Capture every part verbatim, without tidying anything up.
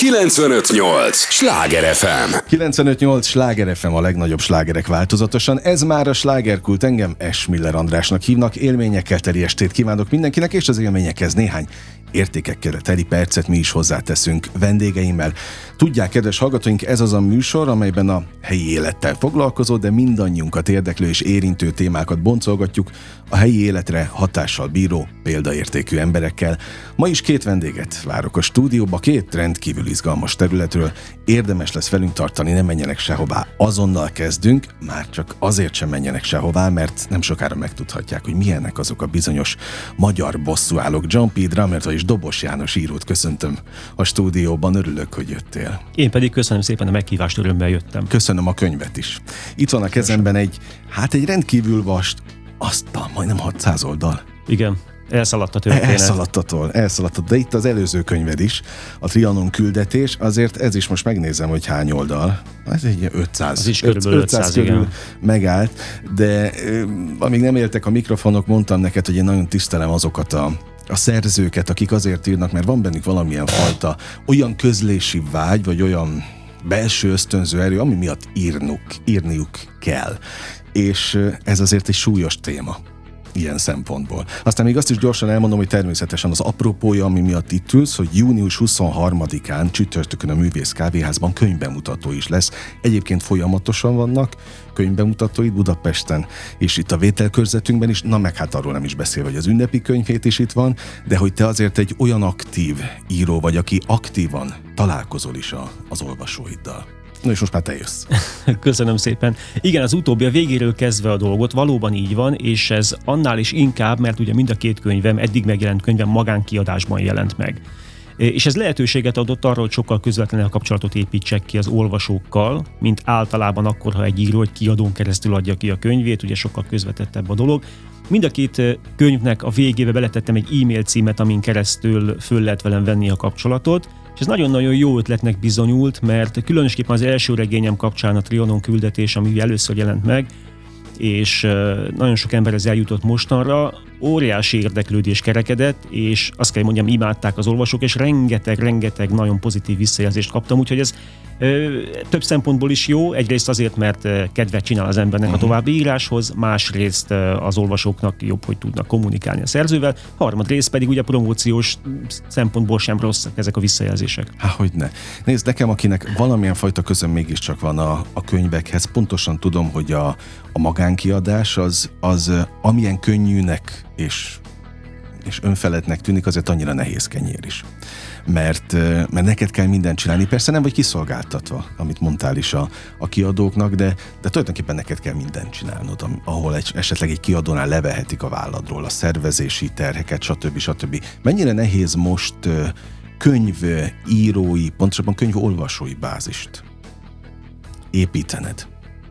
kilencvenöt nyolc Sláger ef em. kilencvenöt nyolc Sláger ef em, a legnagyobb slágerek változatosan. Ez már a Slágerkult, engem Esmiller Andrásnak hívnak. Élményekkel teli estét kívánok mindenkinek, és az élményekhez néhány értékekkel teli percet mi is hozzáteszünk vendégeimmel. Tudják, kedves hallgatóink, ez az a műsor, amelyben a helyi élettel foglalkozó, de mindannyiunkat érdeklő és érintő témákat boncolgatjuk a helyi életre hatással bíró, példaértékű emberekkel. Ma is két vendéget várok a stúdióba, két rendkívül izgalmas területről. Érdemes lesz velünk tartani, ne menjenek sehová. Azonnal kezdünk, már csak azért sem menjenek sehová, mert nem sokára megtudhatják, hogy milyenek azok a bizonyos magyar bosszúállók. John P. Drummert, vagyis Dobos János írót köszöntöm a stúdióban, örülök, hogy jöttél. Én pedig köszönöm szépen a meghívást, örömmel jöttem. Köszönöm a könyvet is. Itt van a kezemben egy, hát egy rendkívül vast, aztán majdnem hatszáz oldal. Igen. Elszaladt a történet. Elszaladtatól, elszaladtat, de itt az előző könyved is, a Trianon küldetés, azért ez is most megnézem, hogy hány oldal. Ez egy ötszáz, az is körülbelül ötszáz, ötszáz körül igen. Megállt, de amíg nem éltek a mikrofonok, mondtam neked, hogy én nagyon tisztelem azokat a a szerzőket, akik azért írnak, mert van bennük valamilyen fajta olyan közlési vágy, vagy olyan belső ösztönző erő, ami miatt írnuk, írniuk kell. És ez azért egy súlyos téma ilyen szempontból. Aztán még azt is gyorsan elmondom, hogy természetesen az apropója, ami miatt itt ülsz, hogy június huszonharmadikán csütörtökön a Művész Kávéházban könyvbemutató is lesz. Egyébként folyamatosan vannak könyvbemutatóid Budapesten, és itt a vételkörzetünkben is, na meg hát arról nem is beszél, hogy az ünnepi könyvhét is itt van, de hogy te azért egy olyan aktív író vagy, aki aktívan találkozol is a, az olvasóiddal. Na és most már te jössz. Köszönöm szépen. Igen, az utóbbi a végéről kezdve a dolgot, valóban így van, és ez annál is inkább, mert ugye mind a két könyvem, eddig megjelent könyvem magánkiadásban jelent meg. És ez lehetőséget adott arra, hogy sokkal közvetlenül a kapcsolatot építsek ki az olvasókkal, mint általában akkor, ha egy író egy kiadón keresztül adja ki a könyvét, ugye sokkal közvetettebb a dolog. Mind a két könyvnek a végébe beletettem egy e-mail címet, amin keresztül föl lehet velem venni a kapcsolatot, és ez nagyon-nagyon jó ötletnek bizonyult, mert különösképpen az első regényem kapcsán a Trianon küldetés, ami először jelent meg, és nagyon sok emberhez eljutott mostanra, óriási érdeklődés kerekedett, és azt kell mondjam, imádták az olvasók, és rengeteg-rengeteg nagyon pozitív visszajelzést kaptam, úgyhogy ez ö, több szempontból is jó. Egyrészt azért, mert kedvet csinál az embernek uh-huh. a további íráshoz, másrészt az olvasóknak jobb, hogy tudnak kommunikálni a szerzővel, harmadrészt pedig ugye promóciós szempontból sem rosszak ezek a visszajelzések. Há, hogyne. Nézd, nekem, akinek valamilyen fajta közön mégiscsak van a, a könyvekhez, pontosan tudom, hogy a, a magánkiadás az, az amilyen könnyűnek és, és önfeledtnek tűnik, azért annyira nehéz kenyér is. Mert, mert neked kell mindent csinálni. Persze nem vagy kiszolgáltatva, amit mondtál is a, a kiadóknak, de, de tulajdonképpen neked kell mindent csinálnod, ahol egy, esetleg egy kiadónál levehetik a válladról a szervezési terheket, stb. stb. Mennyire nehéz most könyvírói, pontosabban könyvolvasói bázist építened?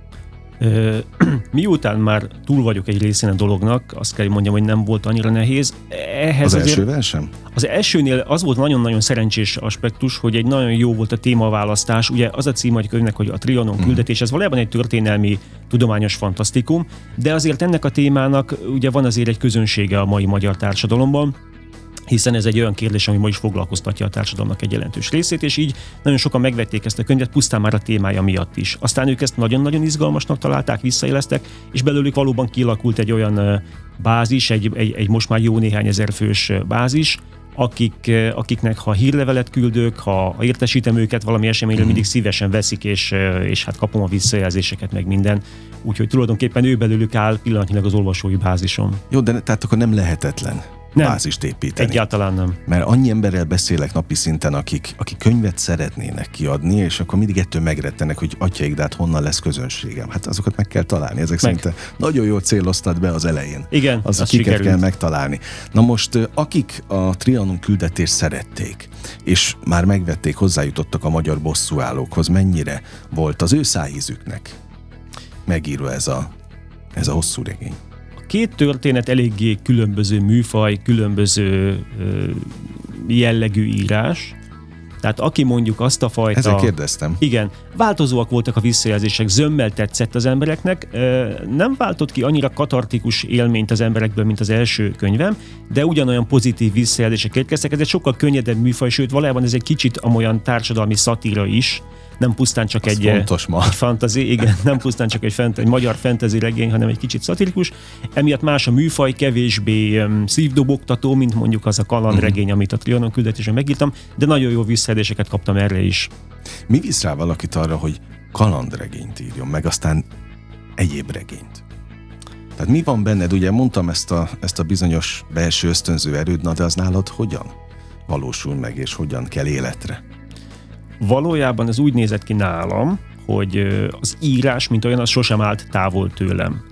Miután már túl vagyok egy részén a dolognak, azt kell mondjam, hogy nem volt annyira nehéz. Ehhez az elsővel sem? Az elsőnél az volt nagyon-nagyon szerencsés aspektus, hogy egy nagyon jó volt a témaválasztás. Ugye az a cím a könyvnek, hogy a Trianon küldetés, ez valójában egy történelmi, tudományos fantasztikum, de azért ennek a témának ugye van azért egy közönsége a mai magyar társadalomban, hiszen ez egy olyan kérdés, ami ma is foglalkoztatja a társadalomnak egy jelentős részét, és így nagyon sokan megvették ezt a könyvet, pusztán már a témája miatt is. Aztán ők ezt nagyon-nagyon izgalmasnak találták, visszajeleztek, és belőlük valóban kialakult egy olyan bázis, egy, egy, egy most már jó néhány ezer fős bázis, akik, akiknek ha hírlevelet küldök, ha értesítem őket valami eseményről, mindig szívesen veszik, és, és hát kapom a visszajelzéseket, meg minden. Úgyhogy tulajdonképpen ő belőlük áll pillanatnyilag az olvasói bázisom. Jó, de tehát akkor nem lehetetlen nem, bázist építeni. Egyáltalán nem. Mert annyi emberrel beszélek napi szinten, akik, akik könyvet szeretnének kiadni, és akkor mindig ettől megrettenek, hogy atyaik, de hát honnan lesz közönségem. Hát azokat meg kell találni. Ezek meg. Szerint nagyon jól céloztad be az elején. Igen, az, az kiket sikerült. kell megtalálni. Na most, akik a Trianon küldetést szerették, és már megvették, hozzájutottak a magyar bosszúállókhoz, mennyire volt az ő szájízüknek megírva ez a, ez a hosszú regény? Két történet eléggé különböző műfaj, különböző ö, jellegű írás. Tehát aki mondjuk azt a fajta... Ezzel kérdeztem. Igen, változóak voltak a visszajelzések, zömmel tetszett az embereknek, nem váltott ki annyira katartikus élményt az emberekből, mint az első könyvem, de ugyanolyan pozitív visszajelzések érkeztek. Ez egy sokkal könnyedebb műfaj, sőt valójában ez egy kicsit amolyan társadalmi szatíra is, nem pusztán csak az egy, fontos ma. egy fantasy, igen, nem pusztán csak egy, fent, egy magyar fantasy regény, hanem egy kicsit szatirikus. Emiatt más a műfaj, kevésbé um, szívdobogtató, mint mondjuk az a kalandregény, uh-huh. amit a Trianon küldetésen megírtam, de nagyon jó visszajelzéseket kaptam erre is. Mi visz rá valakit arra, hogy kalandregényt írjon, meg aztán egyéb regényt? Tehát mi van benned? Ugye mondtam ezt a, ezt a bizonyos belső ösztönző erőd, na de az nálad hogyan valósul meg, és hogyan kell életre? Valójában ez úgy nézett ki nálam, hogy az írás, mint olyan, az sosem állt távol tőlem.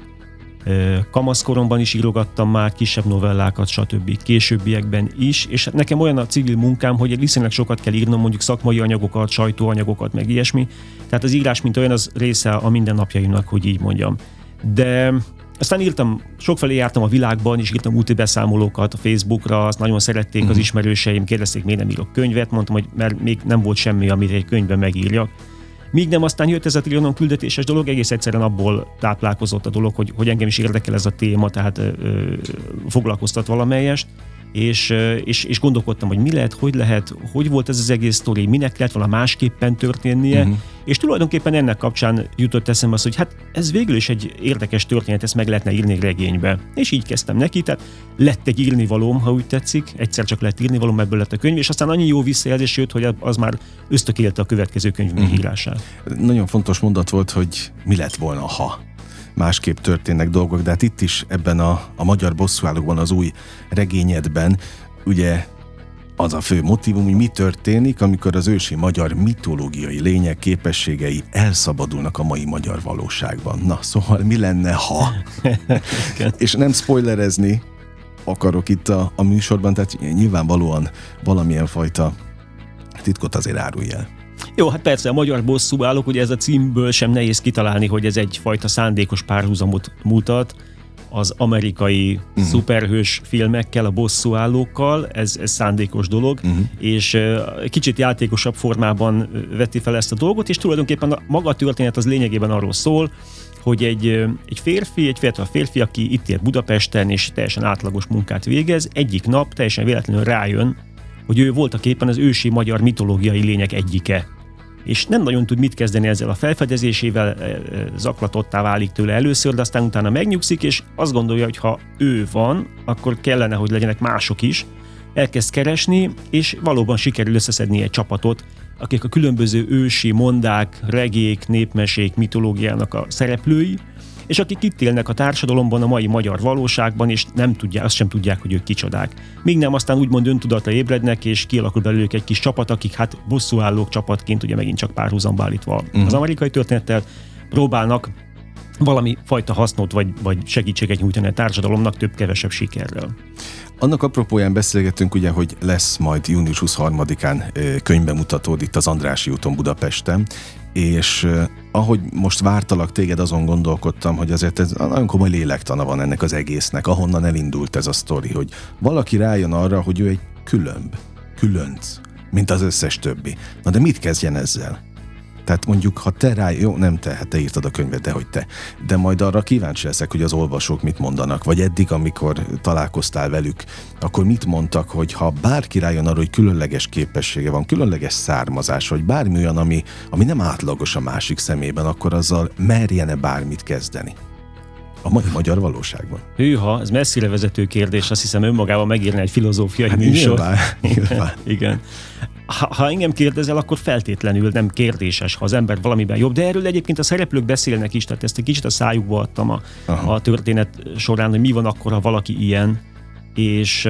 Kamaszkoromban is írogattam már kisebb novellákat, stb. Későbbiekben is, és nekem olyan a civil munkám, hogy viszonylag sokat kell írnom, mondjuk szakmai anyagokat, sajtóanyagokat, meg ilyesmi. Tehát az írás, mint olyan, az része a mindennapjaimnak, hogy így mondjam. De aztán írtam, sokfelé jártam a világban, és írtam úti beszámolókat a Facebookra, azt nagyon szerették uh-huh. az ismerőseim, kérdezték, miért nem írok könyvet, mondtam, hogy mert még nem volt semmi, amit egy könyvben megírjak. Míg nem, aztán jött ez a Trianon küldetéses dolog, egész egyszerűen abból táplálkozott a dolog, hogy, hogy engem is érdekel ez a téma, tehát ö, ö, foglalkoztat valamelyest, és, ö, és, és gondolkodtam, hogy mi lehet, hogy lehet, hogy volt ez az egész sztori, minek lehet vala másképpen történnie, uh-huh. és tulajdonképpen ennek kapcsán jutott eszembe az, hogy hát ez végül is egy érdekes történet, ezt meg lehetne írni egy regénybe. És így kezdtem neki, tehát lett egy írnivalóm, ha úgy tetszik, egyszer csak lett írnivalóm, ebből lett a könyv, és aztán annyi jó visszajelzés jött, hogy az már ösztökélte a következő könyv megírását. Uh-huh. Nagyon fontos mondat volt, hogy mi lett volna, ha másképp történnek dolgok, de hát itt is ebben a, a Magyar bosszúállókban, az új regényedben, ugye az a fő motívum, hogy mi történik, amikor az ősi magyar mitológiai lények képességei elszabadulnak a mai magyar valóságban. Na, szóval mi lenne, ha? És nem spoilerezni akarok itt a, a műsorban, tehát nyilvánvalóan valamilyen fajta titkot azért árulj el. Jó, hát persze, a Magyar bosszúállók, ugye ez a címből sem nehéz kitalálni, hogy ez egyfajta szándékos párhuzamot mutat az amerikai uh-huh. szuperhős filmekkel, a bosszúállókkal, ez, ez szándékos dolog, uh-huh. és uh, kicsit játékosabb formában veti fel ezt a dolgot, és tulajdonképpen a maga a történet az lényegében arról szól, hogy egy, egy férfi, egy fiatal férfi, aki itt él Budapesten, és teljesen átlagos munkát végez, egyik nap teljesen véletlenül rájön, hogy ő voltak éppen az ősi magyar mitológiai lények egyike. És nem nagyon tud mit kezdeni ezzel a felfedezésével, zaklatottá válik tőle először, de aztán utána megnyugszik, és azt gondolja, hogy ha ő van, akkor kellene, hogy legyenek mások is. Elkezd keresni, és valóban sikerül összeszedni egy csapatot, akik a különböző ősi mondák, regék, népmesék, mitológiának a szereplői, és akik itt élnek a társadalomban, a mai magyar valóságban, és nem tudják, azt sem tudják, hogy ők kicsodák. Míg nem, aztán úgymond öntudatra ébrednek, és kialakul belőlük egy kis csapat, akik hát bosszúállók csapatként, ugye megint csak párhuzamba állítva uh-huh. az amerikai történettel, próbálnak valami fajta hasznot, vagy, vagy segítséget nyújtani a társadalomnak több-kevesebb sikerrel. Annak apropóján beszélgettünk ugye, hogy lesz majd június huszonharmadikán könyvbemutató itt az Andrássy úton Budapesten, és eh, ahogy most vártalak téged, azon gondolkodtam, hogy azért ez nagyon komoly lélektana van ennek az egésznek, ahonnan elindult ez a sztori, hogy valaki rájön arra, hogy ő egy különb, különc, mint az összes többi. Na de mit kezdjen ezzel? Tehát mondjuk, ha te rá, jó, nem te, hát te írtad a könyvet, de hogy te, de majd arra kíváncsi leszek, hogy az olvasók mit mondanak, vagy eddig, amikor találkoztál velük, akkor mit mondtak, hogy ha bárki rájön arra, hogy különleges képessége van, különleges származás, vagy bármi olyan, ami, ami nem átlagos a másik szemében, akkor azzal merjene bármit kezdeni a mai magyar valóságban. Hűha, ez messzire vezető kérdés, azt hiszem önmagában megírni egy filozófiai hát műsor. Nyilván, nyilván. Igen. Ha, ha engem kérdezel, akkor feltétlenül nem kérdéses, ha az ember valamiben jobb, de erről egyébként a szereplők beszélnek is, tehát ezt egy kicsit a szájukba adtam a, a történet során, hogy mi van akkor, ha valaki ilyen, és,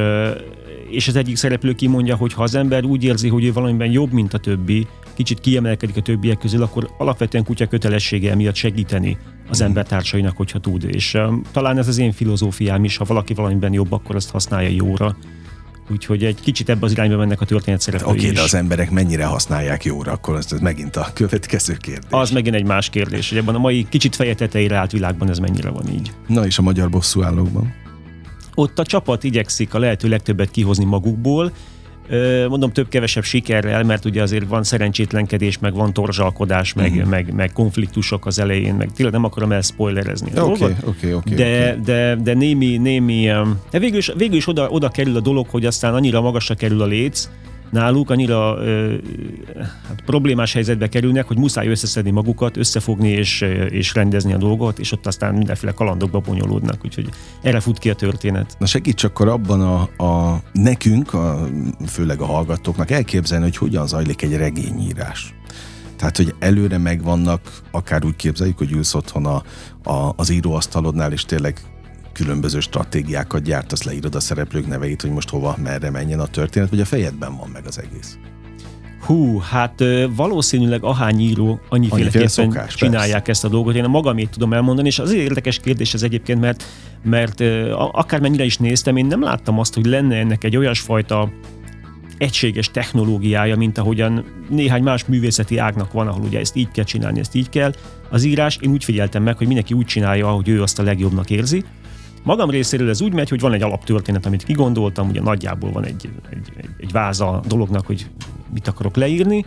és az egyik szereplő kimondja, hogy ha az ember úgy érzi, hogy ő valamiben jobb, mint a többi, kicsit kiemelkedik a többiek közül, akkor alapvetően kutya kötelessége miatt segíteni az embertársainak, hogyha tud. És um, talán ez az én filozófiám is, ha valaki valamiben jobb, akkor azt használja jóra. Úgyhogy egy kicsit ebbe az irányba mennek a történet szereplői Oké, is. de az emberek mennyire használják jóra, akkor ez megint a következő kérdés. Az megint egy más kérdés, hogy ebben a mai kicsit feje tetejére állt világban ez mennyire van így. Na és a Magyar bosszúállókban? Ott a csapat igyekszik a lehető legtöbbet kihozni magukból, mondom több-kevesebb sikerrel, mert ugye azért van szerencsétlenkedés, meg van torzsalkodás, meg, uh-huh. meg, meg konfliktusok az elején, meg tényleg nem akarom elspoilerezni. Oké, oké, oké. De, de, de némi, némi de végül is, végül is oda, oda kerül a dolog, hogy aztán annyira magasra kerül a léc, náluk annyira ö, hát problémás helyzetbe kerülnek, hogy muszáj összeszedni magukat, összefogni és, és rendezni a dolgot, és ott aztán mindenféle kalandokba bonyolódnak, úgyhogy erre fut ki a történet. Na segíts akkor abban a, a nekünk, a, főleg a hallgatóknak elképzelni, hogy hogyan zajlik egy regényírás. Tehát, hogy előre megvannak, akár úgy képzeljük, hogy ülsz otthon a, a, az íróasztalodnál, és tényleg különböző stratégiákat gyártasz, leírod a szereplők neveit, hogy most hova, merre menjen a történet, vagy a fejedben van meg az egész? Hú, hát valószínűleg ahány író annyiféleképpen csinálják persze. ezt a dolgot. Én a magamét tudom elmondani, és azért érdekes kérdés ez egyébként, mert, mert akármennyire is néztem, én nem láttam azt, hogy lenne ennek egy olyasfajta egységes technológiája, mint ahogyan néhány más művészeti ágnak van, ahol ugye ezt így kell csinálni, ezt így kell. Az írás, én úgy figyeltem meg, hogy mindenki úgy csinálja, ahogy ő azt a legjobbnak érzi. Magam részéről ez úgy megy, hogy van egy alaptörténet, amit kigondoltam, ugye nagyjából van egy, egy, egy, egy váza a dolognak, hogy mit akarok leírni,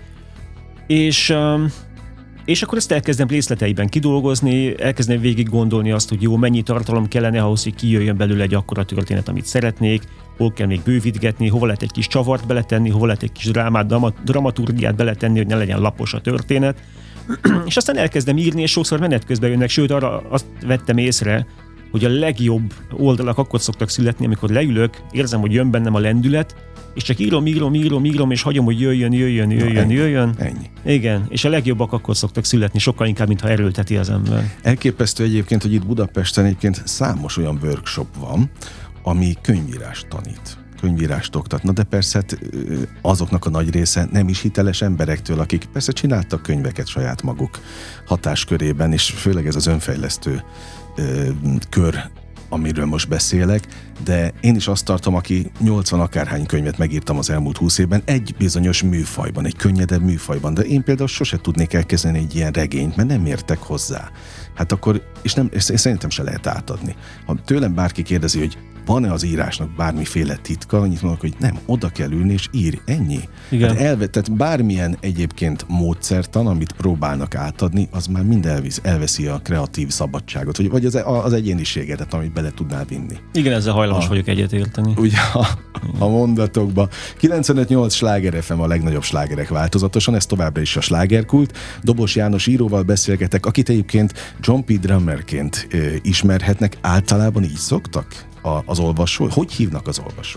és, és akkor ezt elkezdem részleteiben kidolgozni, elkezdem végig gondolni azt, hogy jó, mennyi tartalom kellene ahhoz, hogy kijöjjön belőle egy akkora történet, amit szeretnék, hol kell még bővítgetni, hova lehet egy kis csavart beletenni, hova lehet egy kis drámát, dramaturgiát beletenni, hogy ne legyen lapos a történet. És aztán elkezdem írni, és sokszor menet közben jönnek, sőt arra azt vettem észre, hogy a legjobb oldalak akkor szoktak születni, amikor leülök, érzem, hogy jön bennem a lendület, és csak írom, írom, írom, írom, és hagyom, hogy jöjjön, jöjjön, jöjjön, ennyi, jöjjön. Ennyi. Igen, és a legjobbak akkor szoktak születni, sokkal inkább, mintha erőlteti az ember. Elképesztő egyébként, hogy itt Budapesten egyébként számos olyan workshop van, ami könyvírást tanít, könyvírást oktat. Na de persze hát azoknak a nagy része nem is hiteles emberektől, akik persze csináltak könyveket saját maguk hatáskörében, és főleg ez az önfejlesztő ö, kör, amiről most beszélek, de én is azt tartom, aki nyolcvan akárhány könyvet megírtam az elmúlt húsz évben, egy bizonyos műfajban, egy könnyedebb műfajban, de én például sose tudnék elkezdeni egy ilyen regényt, mert nem értek hozzá. Hát akkor, és, nem, és szerintem se lehet átadni. Ha tőlem bárki kérdezi, hogy van-e az írásnak bármiféle titka, annyit mondok, hogy nem, oda kell ülni és írj, ennyi. Hát elve, tehát bármilyen egyébként módszertan, amit próbálnak átadni, az már mind elvisz, elveszi a kreatív szabadságot, vagy, vagy az, az egyéniségedet, amit bele tudnál vinni. Igen, ezzel hajlamos a, vagyok egyetérteni. Ugye a, a mondatokba. kilencvenöt nyolc Sláger ef em a legnagyobb slágerek változatosan, ez továbbra is a slágerkult. Dobos János íróval beszélgetek, akit egyébként John P. Drummerként e, ismerhetnek, általában így szoktak? A, az olvasó? Hogy hívnak az olvasó?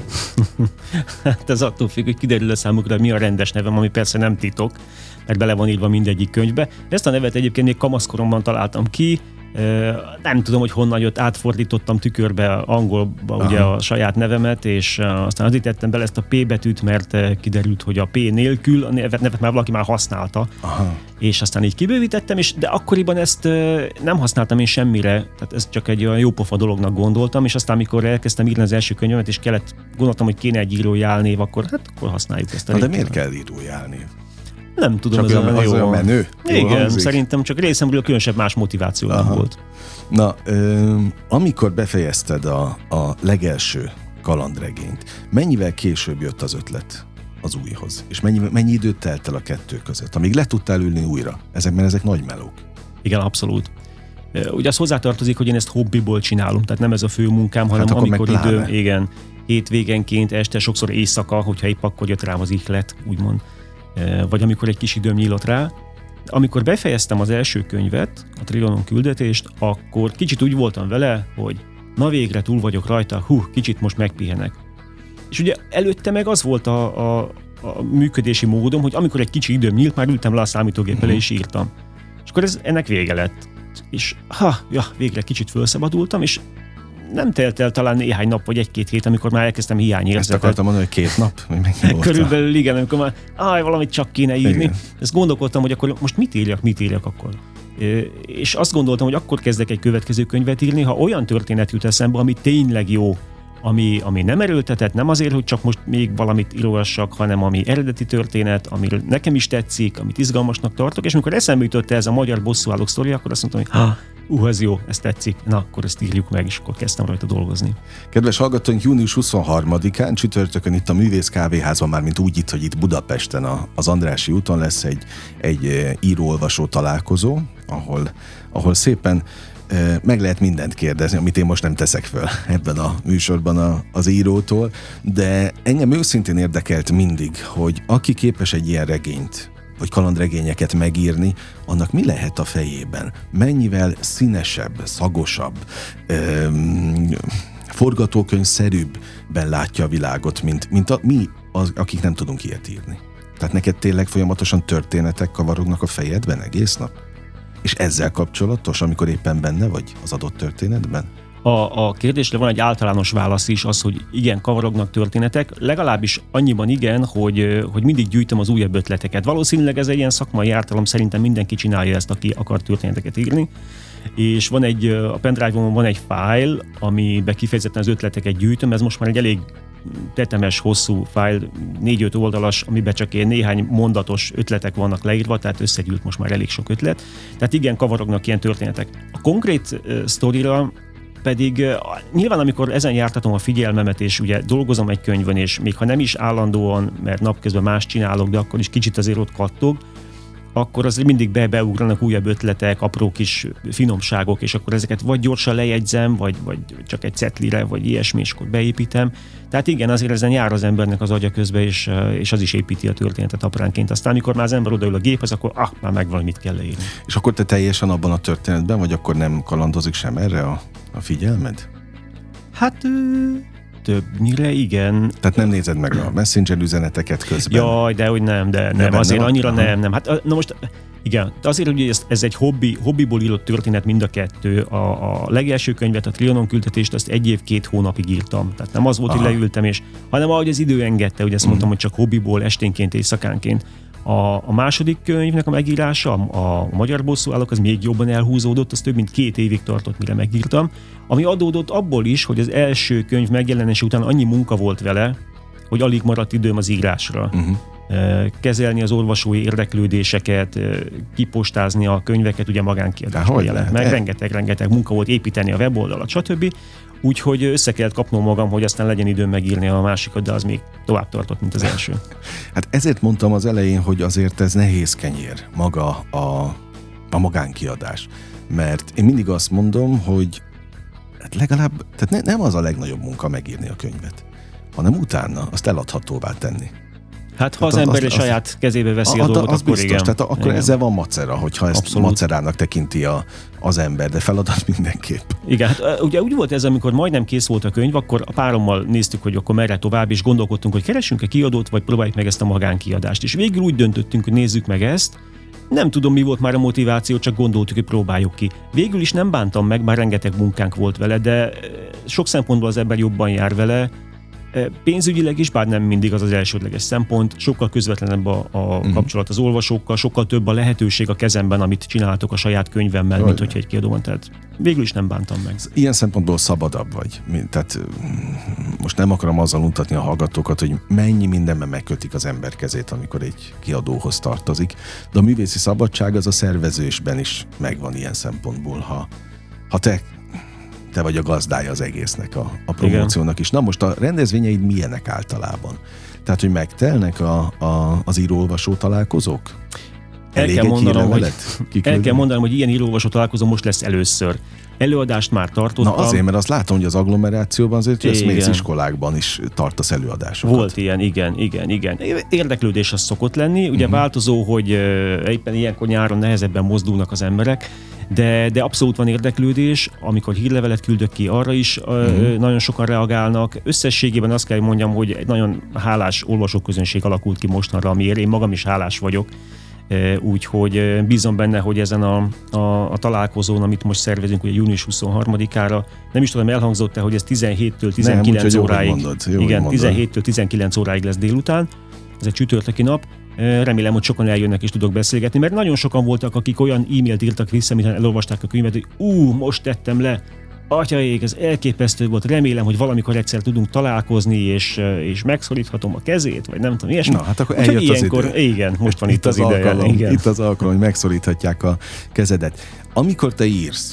Hát ez attól függ, hogy kiderül a számukra, mi a rendes nevem, ami persze nem titok, mert bele van írva mindegyik könyvbe. Ezt a nevet egyébként még kamaszkoromban találtam ki, nem tudom, hogy honnan jött, átfordítottam tükörbe angolba ugye a saját nevemet, és aztán azért tettem bele ezt a P betűt, mert kiderült, hogy a P nélkül a nevet, nevet már valaki már használta. Aha. És aztán így kibővítettem, és de akkoriban ezt nem használtam én semmire, tehát ez csak egy olyan jópofa dolognak gondoltam, és aztán amikor elkezdtem írni az első könyvemet, és kellett, gondoltam, hogy kéne egy írói álnév, akkor hát akkor használjuk ezt a Na, de miért kell írói álnév? Nem tudom, csak ez olyan, az olyan menő? Igen, hangzik. Szerintem csak részemről különösebb más motiváció nem volt. Na, ö, amikor befejezted a, a legelső kalandregényt, mennyivel később jött az ötlet az újhoz? És mennyi, mennyi időt telt el a kettő között, amíg le tudtál ülni újra? Ezek, mert ezek nagy melók. Igen, abszolút. Ugye az hozzátartozik, hogy én ezt hobbiból csinálom, tehát nem ez a fő munkám, hanem hát amikor idő, igen, hétvégenként, este, sokszor éjszaka, hogyha épp akkor jött rám az ihlet, úgymond. Vagy amikor egy kis időm nyílott rá. Amikor befejeztem az első könyvet, a Trianon küldetést, akkor kicsit úgy voltam vele, hogy na végre túl vagyok rajta, hú, kicsit most megpihenek. És ugye előtte meg az volt a, a, a működési módom, hogy amikor egy kicsi időm nyílt, már ültem le a számítógép elé és írtam. És akkor ez, ennek vége lett. És ha, ja, végre kicsit felszabadultam, és nem telt el talán néhány nap, vagy egy-két hét, amikor már elkezdtem hiányérzetet. Ezt akartam mondani, hogy két nap? Körülbelül igen, amikor már áj, valamit csak kéne írni. Igen. Ezt gondolkodtam, hogy akkor most mit írjak, mit írjak akkor. És azt gondoltam, hogy akkor kezdek egy következő könyvet írni, ha olyan történet jut eszembe, ami tényleg jó, ami, ami nem erőltetett, nem azért, hogy csak most még valamit írogassak, hanem ami eredeti történet, amiről nekem is tetszik, amit izgalmasnak tartok, és amikor eszembe jutott ez a magyar bosszúállók sztori, akkor azt mondtam, hogy ha, ú, ez jó, ez tetszik, na, akkor ezt írjuk meg, és akkor kezdtem rajta dolgozni. Kedves hallgatóink, június huszonharmadikán csütörtökön itt a Művész Kávéházban, már mint úgy itt, hogy itt Budapesten a, az Andrássy úton lesz egy, egy író-olvasó találkozó, ahol, ahol szépen e, meg lehet mindent kérdezni, amit én most nem teszek föl ebben a műsorban a, az írótól, de engem őszintén érdekelt mindig, hogy aki képes egy ilyen regényt, vagy kalandregényeket megírni, annak mi lehet a fejében? Mennyivel színesebb, szagosabb, öm, forgatókönyvszerűbben látja a világot, mint, mint a, mi, az, akik nem tudunk ilyet írni. Tehát neked tényleg folyamatosan történetek kavarognak a fejedben egész nap? És ezzel kapcsolatos, amikor éppen benne vagy az adott történetben? A, a kérdésre van egy általános válasz is, az, hogy igen, kavarognak történetek, legalábbis annyiban igen, hogy, hogy mindig gyűjtöm az újabb ötleteket. Valószínűleg ez egy ilyen szakmai ártalom, szerintem mindenki csinálja ezt, aki akar történeteket írni. És van egy, a pendrive-on van egy fájl, amiben kifejezetten az ötleteket gyűjtöm, ez most már egy elég tetemes, hosszú fájl, négy-öt oldalas, amiben csak ilyen néhány mondatos ötletek vannak leírva, tehát összegyűlt most már elég sok ötlet. Tehát igen, kavarognak ilyen történetek. A konkrét uh, sztorira pedig uh, nyilván, amikor ezen jártatom a figyelmemet, és ugye dolgozom egy könyvön, és még ha nem is állandóan, mert napközben más csinálok, de akkor is kicsit azért ott kattog, akkor azért mindig be beugranak újabb ötletek, apró kis finomságok, és akkor ezeket vagy gyorsan lejegyzem, vagy, vagy csak egy cetlire, vagy ilyesmi, és akkor beépítem. Tehát igen, azért ezen jár az embernek az agya közbe, és, és az is építi a történetet apránként. Aztán, amikor már az ember odaül a géphez, akkor ah, már megvan, mit kell leírni. És akkor te teljesen abban a történetben, vagy akkor nem kalandozik sem erre a, a figyelmed? Hát... Többnyire igen. Tehát nem nézed meg a Messenger üzeneteket közben? Jaj, de hogy nem, de nem, nem azért annyira aha. nem, nem. Hát na most, igen, azért, hogy ez, ez egy hobbi, hobbiból írott történet mind a kettő. A, a legelső könyvet, a Trianon küldetést, azt egy év, két hónapig írtam. Tehát nem az volt, aha. hogy leültem, és, hanem ahogy az idő engedte, hogy ezt mm. mondtam, hogy csak hobbiból, esténként, éjszakánként. A, a második könyvnek a megírása, a, a Magyar bosszúállók, az még jobban elhúzódott, az több mint két évig tartott, mire megírtam, ami adódott abból is, hogy az első könyv megjelenése után annyi munka volt vele, hogy alig maradt időm az írásra. Uh-huh. Kezelni az olvasói érdeklődéseket, kipostázni a könyveket, ugye magánkiadásban jelent meg, rengeteg-rengeteg munka volt, építeni a weboldalat, stb. Úgyhogy össze kellett kapnom magam, hogy aztán legyen időm megírni a másikat, de az még tovább tartott, mint az első. Hát ezért mondtam az elején, hogy azért ez nehéz kenyér, maga a, a magánkiadás. Mert én mindig azt mondom, hogy hát legalább, tehát ne, nem az a legnagyobb munka megírni a könyvet, hanem utána azt eladhatóvá tenni. Hát ha az, az ember az, az, saját kezébe veszi a, a dolgot, az akkor biztos, igen. Tehát akkor igen. Ezzel van macera, hogyha ezt abszolút. Macerának tekinti a, az ember, de feladat mindenképp. Igen, hát ugye úgy volt ez, amikor majdnem kész volt a könyv, akkor a párommal néztük, hogy akkor merre tovább, és gondolkodtunk, hogy keressünk-e kiadót, vagy próbáljuk meg ezt a magánkiadást. És végül úgy döntöttünk, hogy nézzük meg ezt. Nem tudom, mi volt már a motiváció, csak gondoltuk, hogy próbáljuk ki. Végül is nem bántam meg, bár rengeteg munkánk volt vele, de sok szempontból az ember jobban jár vele. Pénzügyileg is, bár nem mindig az az elsődleges szempont, sokkal közvetlenebb a, a uh-huh. kapcsolat az olvasókkal, sokkal több a lehetőség a kezemben, amit csináltok a saját könyvemmel, mint hogyha egy kiadó van, tehát végül is nem bántam meg. Ilyen szempontból szabadabb vagy. Tehát most nem akarom azzal untatni a hallgatókat, hogy mennyi mindenben megkötik az ember kezét, amikor egy kiadóhoz tartozik, de a művészi szabadság az a szervezésben is megvan ilyen szempontból, ha, ha te te vagy a gazdája az egésznek, a, a promóciónak igen. is. Na most a rendezvényeid milyenek általában? Tehát, hogy megtelnek a, a, az író-olvasó találkozók? El kell, mondanom, hogy, el kell mondanom, hogy ilyen író-olvasó találkozó most lesz először. Előadást már tartottam. Na azért, mert azt látom, hogy az agglomerációban azért jössz mész iskolákban is tartasz előadásokat. Volt ilyen, igen, igen, igen. Érdeklődés az szokott lenni. Ugye uh-huh. változó, hogy uh, éppen ilyenkor nyáron nehezebben mozdulnak az emberek, de, de abszolút van érdeklődés. Amikor hírlevelet küldök ki, arra is uh, uh-huh. nagyon sokan reagálnak. Összességében azt kell, hogy mondjam, hogy egy nagyon hálás olvasóközönség alakult ki mostanra, amiért én magam is hálás vagyok. Úgyhogy bízom benne, hogy ezen a, a, a találkozón, amit most szervezünk, ugye június huszonharmadikára, nem is tudom, elhangzott-e, hogy ez tizenhéttől tizenkilenc nem, óráig. Mondod, igen, tizenhéttől tizenkilenc óráig lesz délután. Ez egy csütörtöki nap. Remélem, hogy sokan eljönnek és tudok beszélgetni, mert nagyon sokan voltak, akik olyan e-mailt írtak vissza, mintha elolvasták a könyvet, hogy ú, most tettem le. Atyaik, ez elképesztő volt, remélem, hogy valamikor egyszer tudunk találkozni, és, és megszoríthatom a kezét, vagy nem tudom, ilyesmi. Na, hát akkor eljött az idő. Igen, most van itt, itt az, az ideje. Alkalom, igen. Itt az alkalom, hogy megszoríthatják a kezedet. Amikor te írsz,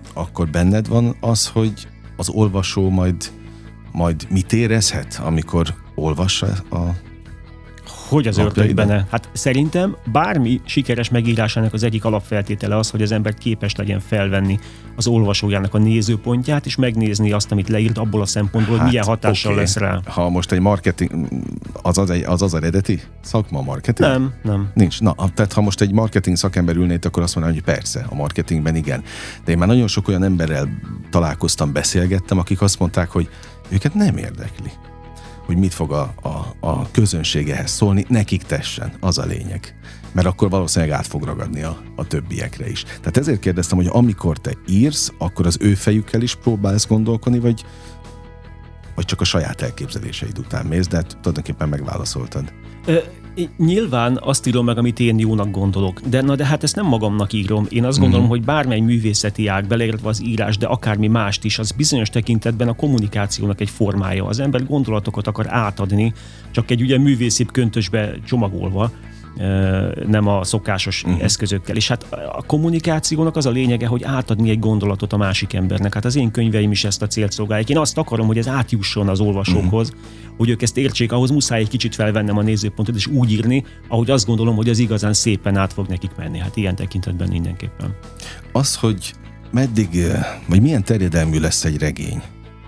akkor benned van az, hogy az olvasó majd, majd mit érezhet, amikor olvassa a Hogy az ördög benne? Hát szerintem bármi sikeres megírásának az egyik alapfeltétele az, hogy az ember képes legyen felvenni az olvasójának a nézőpontját, és megnézni azt, amit leírt abból a szempontból, hát, hogy milyen hatással okay. lesz rá. Ha most egy marketing, az az, egy, az, az eredeti szakma a marketing? Nem, nem. Nincs. Na, tehát ha most egy marketing szakember ülnét, akkor azt mondanám, hogy persze, a marketingben igen. De én már nagyon sok olyan emberrel találkoztam, beszélgettem, akik azt mondták, hogy őket nem érdekli, hogy mit fog a, a, a közönség ehhez szólni, nekik tessen, az a lényeg. Mert akkor valószínűleg át fog ragadni a, a többiekre is. Tehát ezért kérdeztem, hogy amikor te írsz, akkor az ő fejükkel is próbálsz gondolkodni, vagy, vagy csak a saját elképzeléseid után mész, de tulajdonképpen megválaszoltad. Ö, nyilván azt írom meg, amit én jónak gondolok, de, na de hát ezt nem magamnak írom. Én azt gondolom, mm-hmm. hogy bármely művészeti ág, beleértve az írás, de akármi mást is, az bizonyos tekintetben a kommunikációnak egy formája. Az ember gondolatokat akar átadni, csak egy ugye művészibb köntösbe csomagolva, nem a szokásos uh-huh. eszközökkel. És hát a kommunikációnak az a lényege, hogy átadni egy gondolatot a másik embernek. Hát az én könyveim is ezt a célt szolgálják. Én azt akarom, hogy ez átjusson az olvasókhoz, uh-huh. hogy ők ezt értsék, ahhoz muszáj egy kicsit felvennem a nézőpontot, és úgy írni, ahogy azt gondolom, hogy az igazán szépen át fog nekik menni. Hát ilyen tekintetben mindenképpen. Az, hogy meddig, vagy milyen terjedelmű lesz egy regény,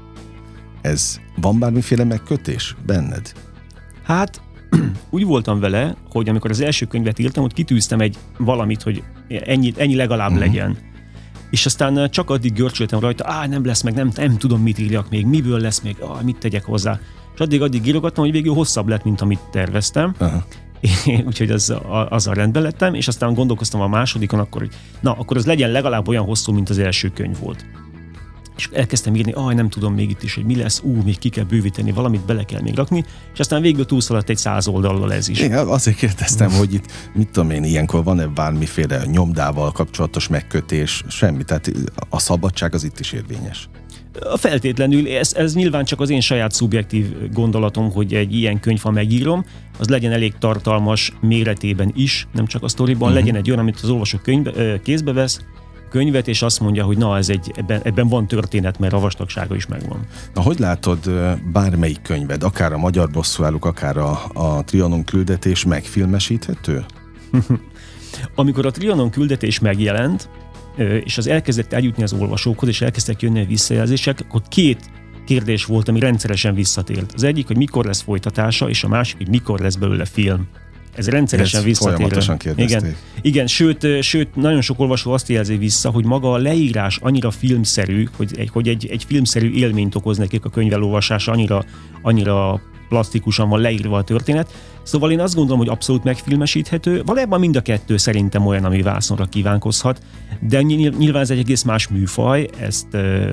ez van bármiféle megkötés benned? Hát úgy voltam vele, hogy amikor az első könyvet írtam, hogy kitűztem egy valamit, hogy ennyi, ennyi legalább uh-huh. legyen. És aztán csak addig görcsöltem rajta, á, nem lesz meg, nem, nem tudom, mit írjak még, miből lesz még, á, mit tegyek hozzá. És addig addig írogattam, hogy végül hosszabb lett, mint amit terveztem. Uh-huh. Úgyhogy az, azzal rendben lettem, és aztán gondolkoztam a másodikon, akkor, hogy na, akkor az legyen legalább olyan hosszú, mint az első könyv volt. És elkezdtem írni, aj, nem tudom még itt is, hogy mi lesz, ú, még ki kell bővíteni, valamit bele kell még rakni, és aztán végül túlszaladt egy száz oldallal ez is. Igen, azért kérdeztem, hogy itt, mit tudom én, ilyenkor van-e bármiféle nyomdával kapcsolatos megkötés, semmi, tehát a szabadság az itt is érvényes. Feltétlenül, ez, ez nyilván csak az én saját szubjektív gondolatom, hogy egy ilyen könyv, ha megírom, az legyen elég tartalmas méretében is, nem csak a sztoriban, uh-huh. legyen egy olyan, amit az olvasó könyvbe, kézbe vesz, könyvet, és azt mondja, hogy na, ez egy, ebben, ebben van történet, mert a vastagsága is megvan. Na, hogy látod bármelyik könyved, akár a Magyar bosszúállók, akár a, a Trianon küldetés megfilmesíthető? Amikor a Trianon küldetés megjelent, és az elkezdett eljutni az olvasókhoz, és elkezdtek jönni a visszajelzések, akkor két kérdés volt, ami rendszeresen visszatért. Az egyik, hogy mikor lesz folytatása, és a másik, hogy mikor lesz belőle film. Ez rendszeresen visszatérő. Igen, igen sőt, sőt, nagyon sok olvasó azt jelzi vissza, hogy maga a leírás annyira filmszerű, hogy egy, hogy egy, egy filmszerű élményt okoz nekik a könyv elolvasása, annyira, annyira plastikusan van leírva a történet. Szóval én azt gondolom, hogy abszolút megfilmesíthető. Valójában mind a kettő szerintem olyan, ami vászonra kívánkozhat, de nyilván ez egy egész más műfaj, ezt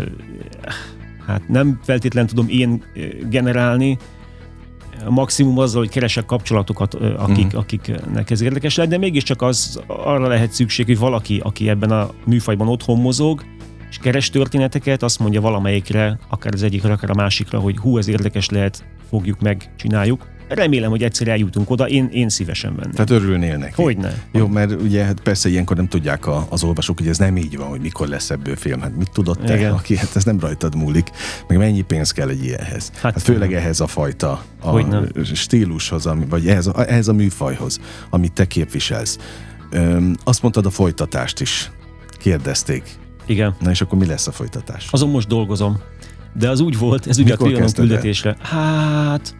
hát nem feltétlenül tudom én generálni, maximum azzal, hogy keresek kapcsolatokat, akik, mm. akiknek ez érdekes lehet, de mégiscsak az, arra lehet szükség, hogy valaki, aki ebben a műfajban otthon mozog, és keres történeteket, azt mondja valamelyikre, akár az egyikre, akár a másikra, hogy hú, ez érdekes lehet, fogjuk meg, csináljuk. Remélem, hogy egyszer eljutunk oda, én, én szívesen vennék. Tehát örülnél neki. Hogyne. Jó, mert ugye hát persze ilyenkor nem tudják a, az olvasók, hogy ez nem így van, hogy mikor lesz ebből film. Hát mit tudod te, igen. aki, hát ez nem rajtad múlik, meg mennyi pénz kell egy ilyenhez. Hát, hát főleg nem. ehhez a fajta a stílushoz, ami, vagy ehhez a, ehhez a műfajhoz, amit te képviselsz. Öm, azt mondtad, a folytatást is kérdezték. Igen. Na és akkor mi lesz a folytatás? Azon most dolgozom. De az úgy volt, ez ugye a Trianon küldetésre. Hát...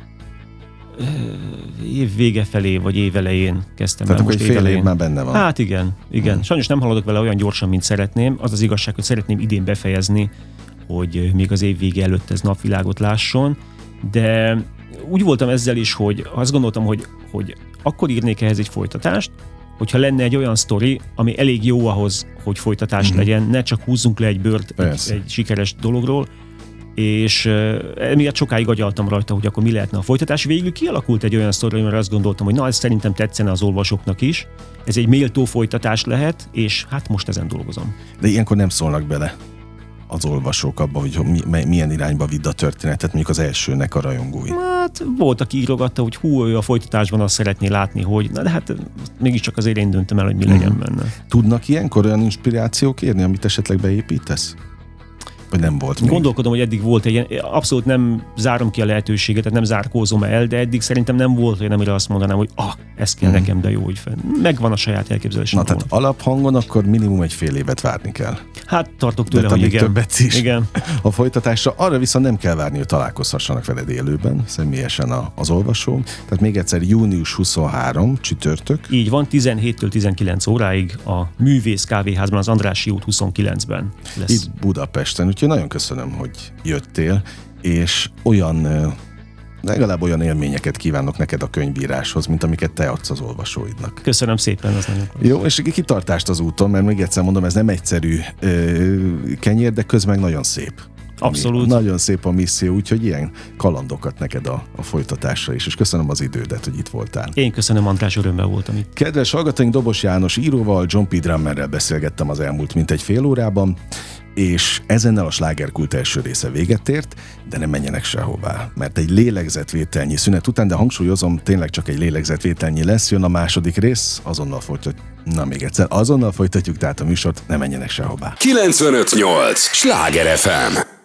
év vége felé, vagy év elején kezdtem. Tehát akkor egy fél év már benne van. Hát igen, igen. Hmm. Sajnos nem haladok vele olyan gyorsan, mint szeretném. Az az igazság, hogy szeretném idén befejezni, hogy még az év vége előtt ez napvilágot lásson, de úgy voltam ezzel is, hogy azt gondoltam, hogy, hogy akkor írnék ehhez egy folytatást, hogyha lenne egy olyan sztori, ami elég jó ahhoz, hogy folytatás hmm. legyen, ne csak húzzunk le egy bőrt egy, egy sikeres dologról, és emiatt sokáig agyaltam rajta, hogy akkor mi lehetne a folytatás. Végül kialakult egy olyan sztori, amire azt gondoltam, hogy na, ez szerintem tetszene az olvasóknak is. Ez egy méltó folytatás lehet, és hát most ezen dolgozom. De ilyenkor nem szólnak bele. az olvasók abba, hogy mi, milyen irányba vidd a történetet, mondjuk az elsőnek a rajongói? Hát volt, aki írogatta, hogy hú, ő a folytatásban azt szeretné látni, hogy na de hát mégiscsak azért én döntöm el, hogy mi legyen Mhm. benne. Tudnak ilyenkor olyan inspirációk érni, amit esetleg beépítesz? Vagy nem volt még? Gondolkodom, hogy eddig volt egy ilyen, abszolút nem zárom ki a lehetőséget, tehát nem zárkózom el, de eddig szerintem nem volt olyan, amire azt mondanám, hogy ah, ez kell Mhm. nekem, de jó, hogy fenn. Megvan a saját elképzelésem. Na, tehát alaphangon akkor minimum egy fél évet várni kell. Hát tartok De tőle, te hogy még igen. többet is. Igen. A folytatásra arra viszont nem kell várni, hogy találkozhassanak veled élőben, személyesen a, az olvasó. Tehát még egyszer június huszonhárom, csütörtök. Így van, tizenhéttől tizenkilenc óráig a Művész Kávéházban, az Andrássy út huszonkilencben lesz. Itt Budapesten. Úgyhogy nagyon köszönöm, hogy jöttél, és olyan, ö, legalább olyan élményeket kívánok neked a könyvíráshoz, mint amiket te adsz az olvasóidnak. Köszönöm szépen, az nagyon fontos. Jó, és kitartást az úton, mert még egyszer mondom, ez nem egyszerű ö, kenyér, de közben meg nagyon szép. Abszolút. Nagyon szép a misszió, úgyhogy ilyen kalandokat neked a, a folytatásra is, és köszönöm az idődet, hogy itt voltál. Én köszönöm, András, örömmel voltam itt. Kedves hallgatóink, Dobos János íróval, John P. Drummerrel beszélgettem az elmúlt mintegy fél órában, és ezennel a Slágerkult első része véget ért, de nem menjenek sehová, mert egy lélegzetvételnyi szünet után, de hangsúlyozom, tényleg csak egy lélegzetvételnyi lesz, jön a második rész, azonnal folytatjuk, na még egyszer, azonnal folytatjuk tehát a műsort, ne menjenek sehová. kilencvenöt nyolc Sláger ef em